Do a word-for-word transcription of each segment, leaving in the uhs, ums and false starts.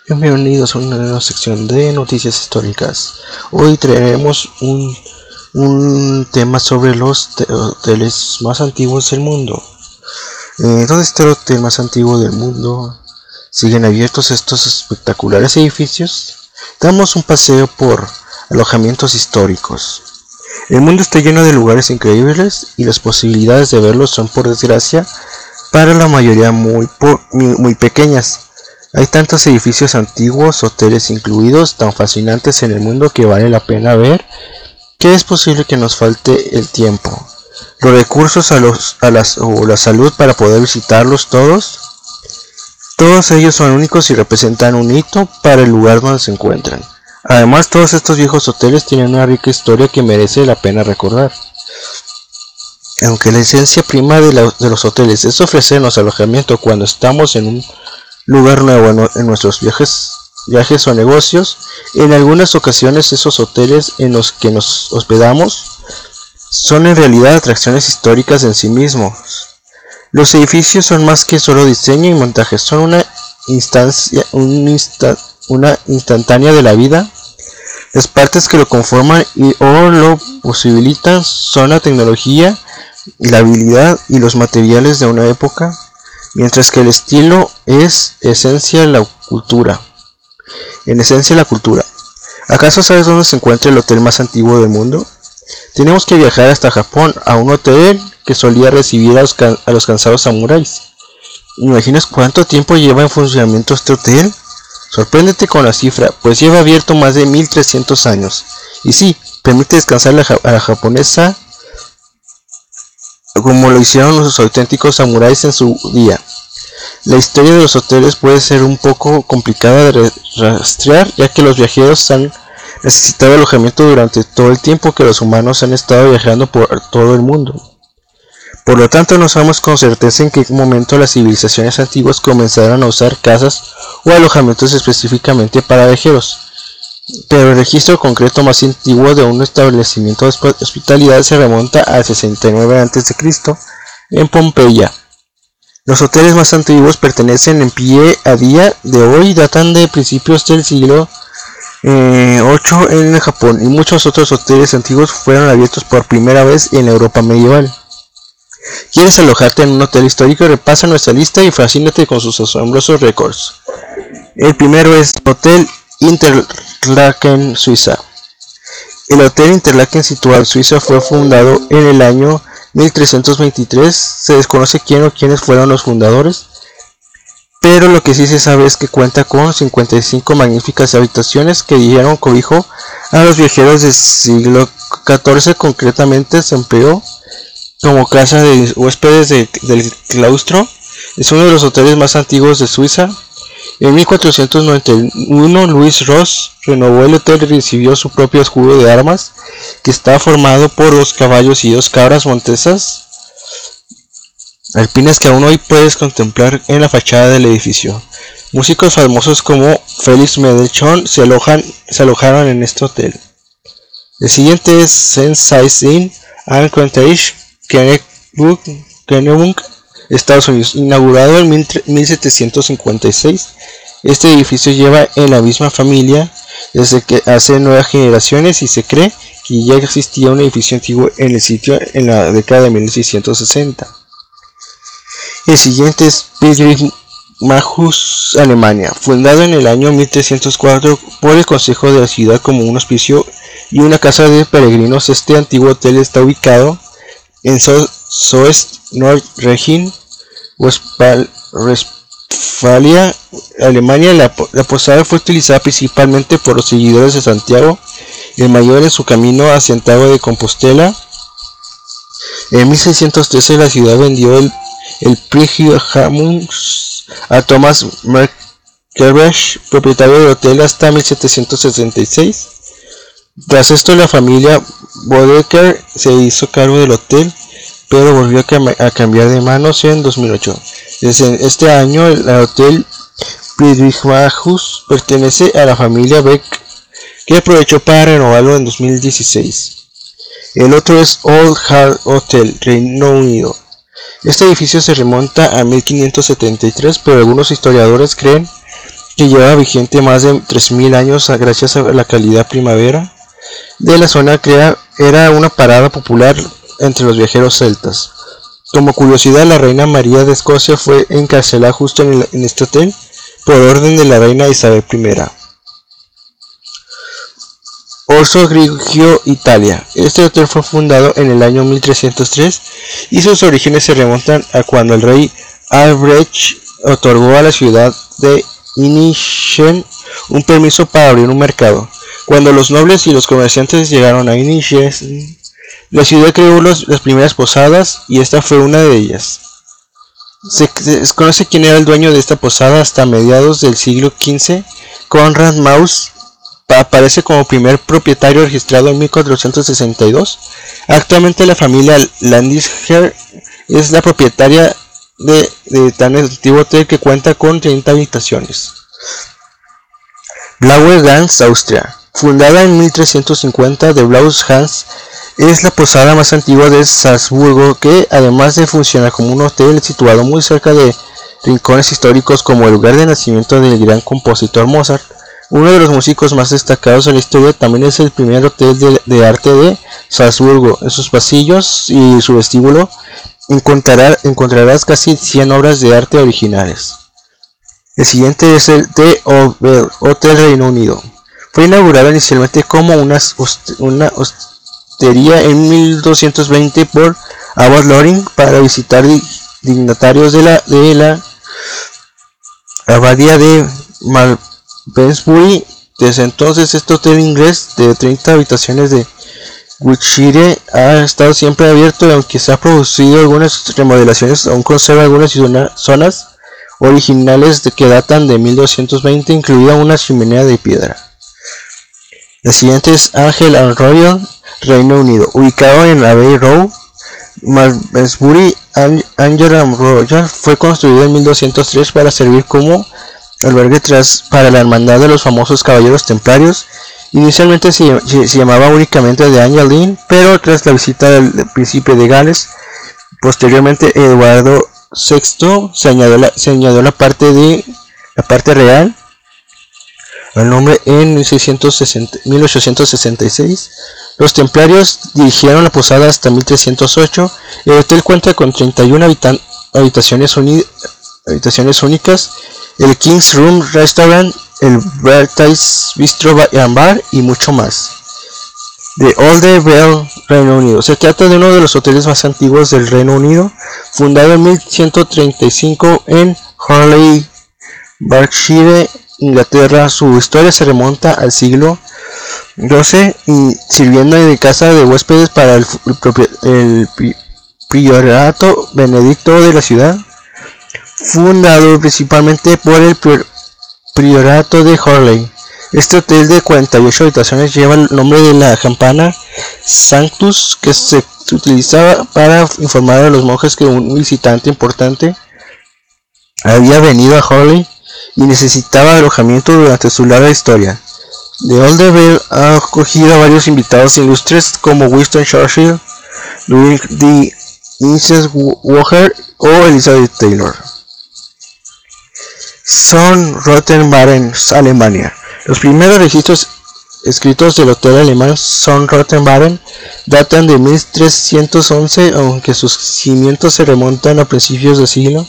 Bienvenidos a una nueva sección de noticias históricas. Hoy traeremos un, un tema sobre los hoteles más antiguos del mundo. Eh, ¿Dónde está el hotel más antiguo del mundo? ¿Siguen abiertos estos espectaculares edificios? Damos un paseo por alojamientos históricos. El mundo está lleno de lugares increíbles y las posibilidades de verlos son, por desgracia, para la mayoría muy, muy, muy pequeñas. Hay tantos edificios antiguos, hoteles incluidos, tan fascinantes en el mundo que vale la pena ver, que es posible que nos falte el tiempo, los recursos a los, a las, o la salud para poder visitarlos todos. Todos ellos son únicos y representan un hito para el lugar donde se encuentran. Además, todos estos viejos hoteles tienen una rica historia que merece la pena recordar. Aunque la esencia prima de, la, de los hoteles es ofrecernos alojamiento cuando estamos en un lugar nuevo en nuestros viajes, viajes o negocios, en algunas ocasiones esos hoteles en los que nos hospedamos son en realidad atracciones históricas en sí mismos. Los edificios son más que solo diseño y montaje, son una instancia, un insta, una instantánea de la vida. Las partes que lo conforman y o lo posibilitan son la tecnología, la habilidad y los materiales de una época, mientras que el estilo es esencia de la cultura. En esencia la cultura. ¿Acaso sabes dónde se encuentra el hotel más antiguo del mundo? Tenemos que viajar hasta Japón, a un hotel que solía recibir a los, a los cansados samuráis. ¿Imaginas cuánto tiempo lleva en funcionamiento este hotel? Sorpréndete con la cifra, pues lleva abierto más de mil trescientos años. Y sí, permite descansar a la japonesa como lo hicieron los auténticos samuráis en su día. La historia de los hoteles puede ser un poco complicada de rastrear, ya que los viajeros han necesitado alojamiento durante todo el tiempo que los humanos han estado viajando por todo el mundo. Por lo tanto, no sabemos con certeza en qué momento las civilizaciones antiguas comenzaron a usar casas o alojamientos específicamente para viajeros. Pero el registro concreto más antiguo de un establecimiento de hospitalidad se remonta al sesenta y nueve antes de Cristo en Pompeya. Los hoteles más antiguos pertenecen en pie a día de hoy, datan de principios del siglo eh, ocho en Japón, y muchos otros hoteles antiguos fueron abiertos por primera vez en la Europa medieval. ¿Quieres alojarte en un hotel histórico? Repasa nuestra lista y fascínate con sus asombrosos récords. El primero es Hotel Interlaken, Suiza. El Hotel Interlaken, situado en Suiza, fue fundado en el año mil trescientos veintitrés. Se desconoce quién o quiénes fueron los fundadores, pero lo que sí se sabe es que cuenta con cincuenta y cinco magníficas habitaciones que dieron cobijo a los viajeros del siglo catorce. Concretamente se empleó como casa de huéspedes de, del claustro. Es uno de los hoteles más antiguos de Suiza. En mil cuatrocientos noventa y uno, Louis Ross renovó el hotel y recibió su propio escudo de armas, que está formado por dos caballos y dos cabras montesas alpinas que aún hoy puedes contemplar en la fachada del edificio. Músicos famosos como Félix Mendelssohn se, alojan, se alojaron en este hotel. El siguiente es Sense Inn and Cottage, Kennewood, Estados Unidos. Inaugurado en mil setecientos cincuenta y seis, este edificio lleva en la misma familia desde que hace nueve generaciones y se cree que ya existía un edificio antiguo en el sitio en la década de mil seiscientos sesenta. El siguiente es Pilgrimagehus, Alemania. Fundado en el año mil trescientos cuatro por el Consejo de la ciudad como un hospicio y una casa de peregrinos, este antiguo hotel está ubicado en Soest Nordrhein, Westfalia, Alemania. La, la posada fue utilizada principalmente por los seguidores de Santiago el Mayor en su camino hacia Santiago de Compostela. En mil seiscientos trece la ciudad vendió el, el Pilgrimagehus a Thomas Merkerbach, propietario del hotel, hasta mil setecientos sesenta y seis. Tras esto, la familia Bodecker se hizo cargo del hotel, pero volvió a, cam a cambiar de manos en dos mil ocho. Desde este año, el hotel Pilgrimagehus pertenece a la familia Beck, que aprovechó para renovarlo en dos mil dieciséis. El otro es Old Hart Hotel, Reino Unido. Este edificio se remonta a mil quinientos setenta y tres, pero algunos historiadores creen que lleva vigente más de tres mil años gracias a la calidad primavera de la zona. Crea, era una parada popular entre los viajeros celtas. Como curiosidad, la reina María de Escocia fue encarcelada justo en, el, en este hotel por orden de la reina Isabel primera. Orso Grigio, Italia. Este hotel fue fundado en el año mil trescientos tres y sus orígenes se remontan a cuando el rey Albrecht otorgó a la ciudad de Inischen un permiso para abrir un mercado. Cuando los nobles y los comerciantes llegaron a Inischen, la ciudad creó los, las primeras posadas y esta fue una de ellas. Se, se desconoce quién era el dueño de esta posada hasta mediados del siglo quince. Konrad Maus aparece como primer propietario registrado en mil cuatrocientos sesenta y dos. Actualmente la familia Landisher es la propietaria de, de tan antiguo hotel que cuenta con treinta habitaciones. Blaue Gans, Austria. Fundada en mil trescientos cincuenta, de Blaues Gans es la posada más antigua de Salzburgo, que además de funcionar como un hotel situado muy cerca de rincones históricos como el lugar de nacimiento del gran compositor Mozart, uno de los músicos más destacados de la historia, también es el primer hotel de, de arte de Salzburgo. En sus pasillos y su vestíbulo encontrará, encontrarás casi cien obras de arte originales. El siguiente es el de Hotel Reino Unido. Fue inaugurado inicialmente como una, una hostería en mil doscientos veinte por Abbot Loring para visitar dignatarios de la, de la abadía de Malmesbury. Desde entonces, este hotel inglés de treinta habitaciones de Wiltshire ha estado siempre abierto, y aunque se han producido algunas remodelaciones, aún conserva algunas zonas originales de que datan de mil doscientos veinte, incluida una chimenea de piedra. El siguiente es Angel and Royal, Reino Unido. Ubicado en Abbey Road, Malmesbury, Angel and Royal fue construido en mil doscientos tres para servir como albergue tras para la hermandad de los famosos caballeros templarios. Inicialmente se, se, se llamaba únicamente de Angel Inn, pero tras la visita del, del príncipe de Gales, posteriormente Eduardo sexto, se añadió la, se añadió la parte de la parte real al nombre en mil ochocientos sesenta y seis. Los templarios dirigieron la posada hasta mil trescientos ocho. El hotel cuenta con treinta y una habitan, habitaciones, uni, habitaciones únicas, el King's Room Restaurant, el Vertais Bistro and Bar y mucho más. The Old Bell, Reino Unido. Se trata de uno de los hoteles más antiguos del Reino Unido, fundado en mil ciento treinta y cinco en Hurley, Berkshire, Inglaterra. Su historia se remonta al siglo doce y sirviendo de casa de huéspedes para el, el, el priorato benedicto de la ciudad, fundado principalmente por el priorato de Hurley. Este hotel de cuarenta y ocho habitaciones lleva el nombre de la campana Sanctus, que se utilizaba para informar a los monjes que un visitante importante había venido a Hurley y necesitaba alojamiento durante su larga historia. The Old Bell ha acogido a varios invitados ilustres como Winston Churchill, Ludwig de Walker o Elizabeth Taylor. Son Rottenbaden, Alemania. Los primeros registros escritos del hotel alemán Son Rottenbaden datan de mil trescientos once, aunque sus cimientos se remontan a principios del siglo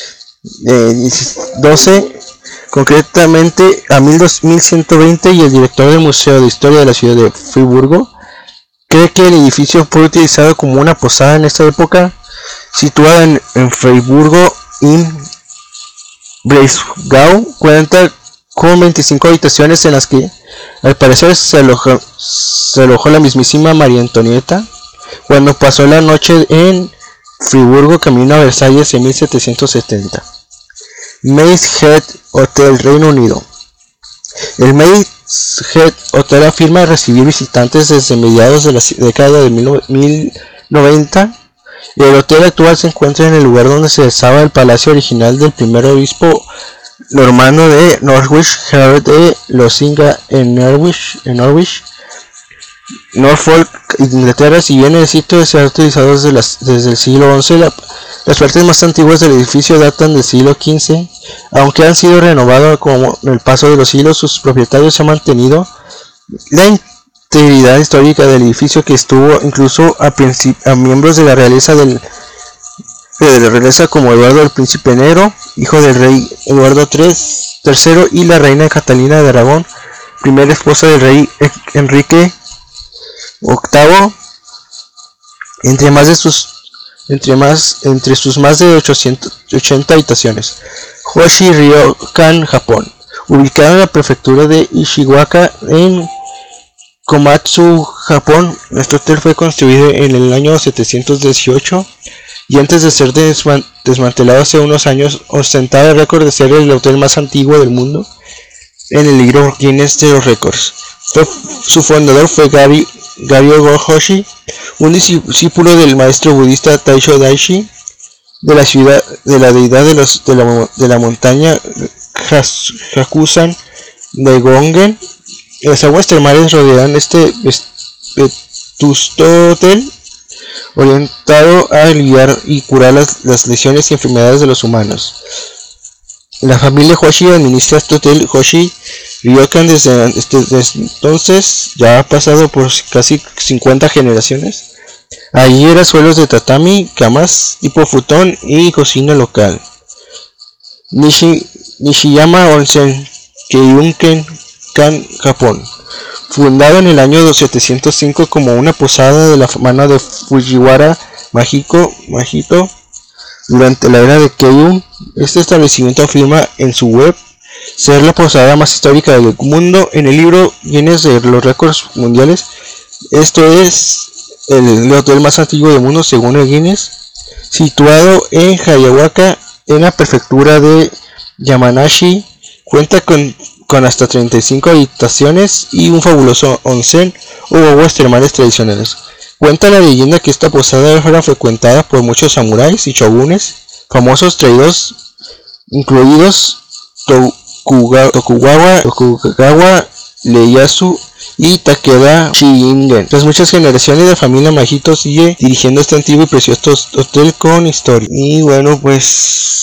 doce, concretamente a mil ciento veinte, y el director del Museo de Historia de la ciudad de Friburgo cree que el edificio fue utilizado como una posada en esta época. Situado en, en Friburgo im Breisgau, cuenta con veinticinco habitaciones en las que al parecer se alojó, se alojó la mismísima María Antonieta cuando pasó la noche en Friburgo camino a Versalles en mil setecientos setenta. Maid's Head Hotel, Reino Unido. El Maid's Head Hotel afirma recibir visitantes desde mediados de la década de mil noventa. El hotel actual se encuentra en el lugar donde se alzaba el palacio original del primer obispo normando de Norwich, Herod de Losinga, en Norwich, en Norwich, Norfolk, Inglaterra. Si bien el sitio se ha utilizado desde, las, desde el siglo once, la, Las partes más antiguas del edificio datan del siglo quince, aunque han sido renovados con el paso de los siglos. Sus propietarios se han mantenido la integridad histórica del edificio, que estuvo incluso a, a miembros de la realeza del de la realeza como Eduardo el Príncipe Negro, hijo del rey Eduardo tercero, y la reina Catalina de Aragón, primera esposa del rey Enrique octavo. Entre más de sus entre más entre sus más de ochocientas ochenta habitaciones. Hoshi Ryokan, Japón. Ubicado en la prefectura de Ishikawa en Komatsu, Japón, este hotel fue construido en el año setecientos dieciocho y antes de ser desman desmantelado hace unos años ostentaba el récord de ser el hotel más antiguo del mundo en el libro Guinness de los récords. Su fundador fue Gary Garyo Hoshi, un discípulo del maestro budista Taisho Daishi, de la ciudad de la deidad de, los, de, la, de la montaña Hakusan de Gongen. Las aguas termales rodean este vetusto hotel, orientado a aliviar y curar las, las lesiones y enfermedades de los humanos. La familia Hoshi administra este hotel Hoshi Ryokan desde, desde entonces. Ya ha pasado por casi cincuenta generaciones. Allí era suelos de tatami, camas tipo futón y cocina local. Nishi, Nishiyama Onsen, Keiunken, Kan, Japón. Fundado en el año setecientos cinco como una posada de la mano de Fujiwara Mahiko, Mahito durante la era de Keiun, este establecimiento afirma en su web ser la posada más histórica del mundo. En el libro Guinness de los récords mundiales, esto es el hotel más antiguo del mundo según el Guinness, situado en Hayawaka, en la prefectura de Yamanashi. Cuenta con, con hasta treinta y cinco habitaciones y un fabuloso onsen o aguas termales tradicionales. Cuenta la leyenda que esta posada era frecuentada por muchos samuráis y shogunes famosos traídos, incluidos Tokugawa, Tokugawa, Tokugawa Ieyasu y Takeda Shingen. Tras muchas generaciones, la familia Mahito sigue dirigiendo este antiguo y precioso hotel con historia. Y bueno, pues